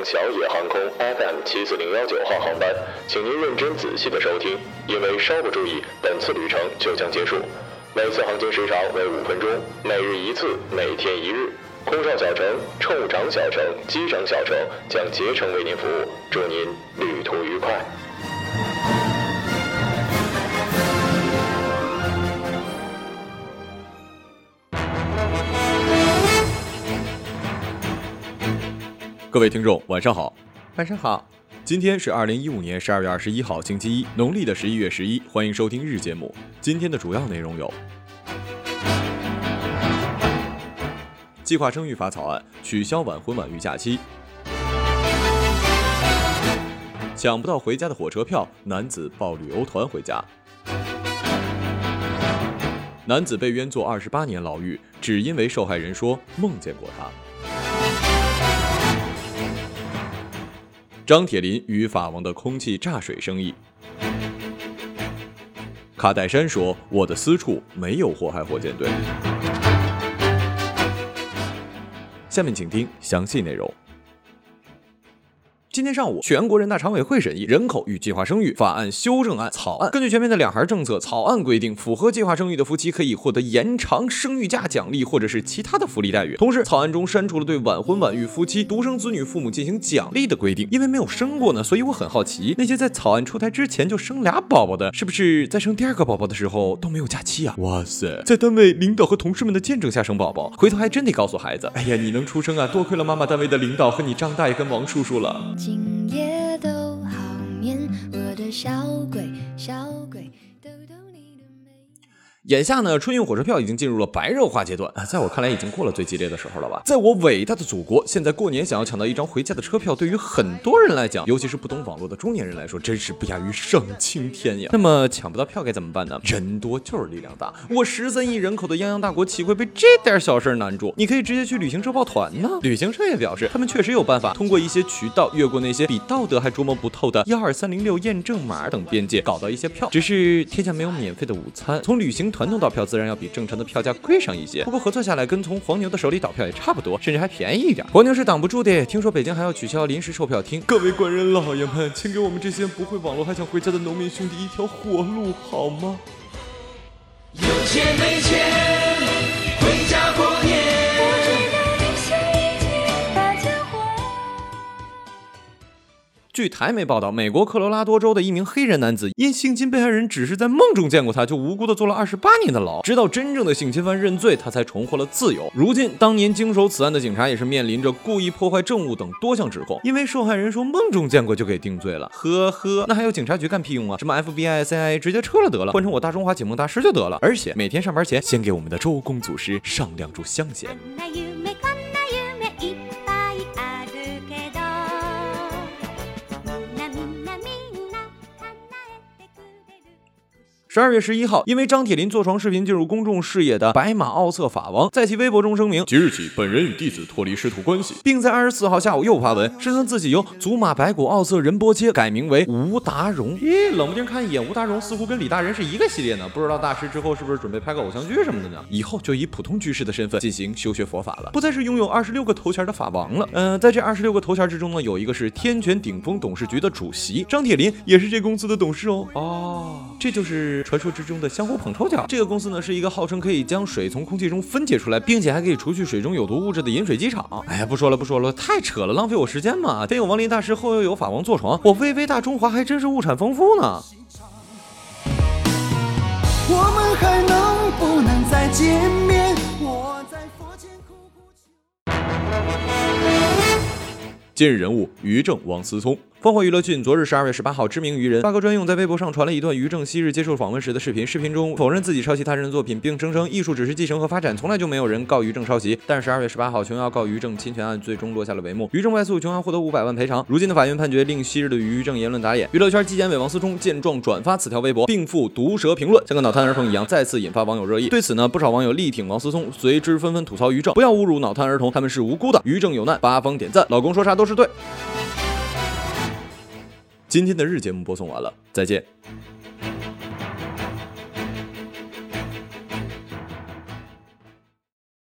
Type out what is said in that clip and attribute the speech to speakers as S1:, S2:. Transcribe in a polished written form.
S1: 小野航空 FM74019号航班，请您认真仔细的收听，因为稍不注意，本次旅程就将结束。每次航行时长为5分钟，每日一次，每天1日。空少小城、乘务长小城、机长小城将竭诚为您服务，祝您旅途愉快。
S2: 各位听众，晚上好。
S3: 晚上好。
S2: 今天是2015年12月21号，星期一，农历的11月11。欢迎收听日节目。今天的主要内容有：计划生育法草案取消晚婚晚育假期；抢不到回家的火车票，男子报旅游团回家；男子被冤坐28年牢狱，只因为受害人说梦见过他。张铁林与法王的空气榨水生意。卡戴珊说：“我的私处没有祸害火箭队。”下面请听详细内容。今天上午，全国人大常委会审议《人口与计划生育法案修正案》草案。根据全面的两孩政策，草案规定，符合计划生育的夫妻可以获得延长生育假奖励或者是其他的福利待遇。同时，草案中删除了对晚婚晚育夫妻、独生子女父母进行奖励的规定。因为没有生过呢，所以我很好奇，那些在草案出台之前就生俩宝宝的，是不是在生第2个宝宝的时候都没有假期啊？哇塞，在单位领导和同事们的见证下生宝宝，回头还真得告诉孩子，哎呀，你能出生啊，多亏了妈妈单位的领导和你张大爷跟王叔叔了。
S4: 今夜都好眠，我的小鬼小鬼，逗逗你的美。
S2: 眼下呢，春运火车票已经进入了白热化阶段，在我看来已经过了最激烈的时候了吧。在我伟大的祖国，现在过年想要抢到一张回家的车票，对于很多人来讲，尤其是不懂网络的中年人来说，真是不亚于上青天呀。那么抢不到票该怎么办呢？人多就是力量大，我13亿人口的泱泱大国岂会被这点小事难住？你可以直接去旅行社报团呢。旅行社也表示，他们确实有办法，通过一些渠道越过那些比道德还捉摸不透的12306验证码等边界，搞到一些票。只是天下没有免费的午餐，从旅行团弄到票自然要比正常的票价贵上一些，不过核算下来跟从黄牛的手里倒票也差不多，甚至还便宜一点。黄牛是挡不住的，听说北京还要取消临时售票厅。各位官人老爷们，请给我们这些不会网络还想回家的农民兄弟一条活路好吗？
S5: 有钱没钱，回家过年。
S2: 据台媒报道，美国科罗拉多州的一名黑人男子因性侵被害人只是在梦中见过他，就无辜的坐了28年的牢，直到真正的性侵犯认罪，他才重获了自由。如今，当年经手此案的警察也是面临着故意破坏证物等多项指控，因为受害人说梦中见过就给定罪了。呵呵，那还有警察局干屁用啊？什么 FBI、CIA 直接撤了得了，换成我大中华解梦大师就得了。而且每天上班前，先给我们的周公祖师上2炷香先。12月11号，因为张铁林坐床视频进入公众视野的白马奥瑟法王，在其微博中声明，即日起本人与弟子脱离师徒关系，并在24号下午又发文，声称自己由祖马白骨奥瑟仁波切改名为吴达荣。咦，冷不丁看一眼吴达荣似乎跟李大人是一个系列呢，不知道大师之后是不是准备拍个偶像剧什么的呢？以后就以普通居士的身份进行修学佛法了，不再是拥有26个头衔的法王了。在这26个头衔之中呢，有一个是天泉鼎丰董事局的主席，张铁林也是这公司的董事哦。这就是传说之中的相互捧臭脚。这个公司呢，是一个号称可以将水从空气中分解出来，并且还可以除去水中有毒物质的饮水机厂。哎呀，不说了，太扯了，浪费我时间嘛。前有王林大师，后又有法王坐床，我微大中华还真是物产丰富呢。
S5: 我们还能不能再见面？我在佛前苦苦求。
S2: 今日人物：于正、王思聪。烽火娱乐讯昨日12月18号，知名娱人八哥专用在微博上传了一段于正昔日接受访问时的视频。视频中否认自己抄袭他人的作品，并声称艺术只是继承和发展，从来就没有人告于正抄袭。但是12月18号，琼瑶告于正侵权案最终落下了帷幕，于正败诉，琼瑶获得500万赔偿。如今的法院判决令昔日的于正言论打脸。娱乐圈纪检委王思聪见状转发此条微博，并附毒舌评论，像个脑瘫儿童一样，再次引发网友热议。对此呢，不少网友力挺王思聪，随之纷纷吐槽于正不要侮辱脑瘫儿童，他们是无辜的。于正有难，八方点赞，老公说啥都是对。今天的日节目播送完了，再见。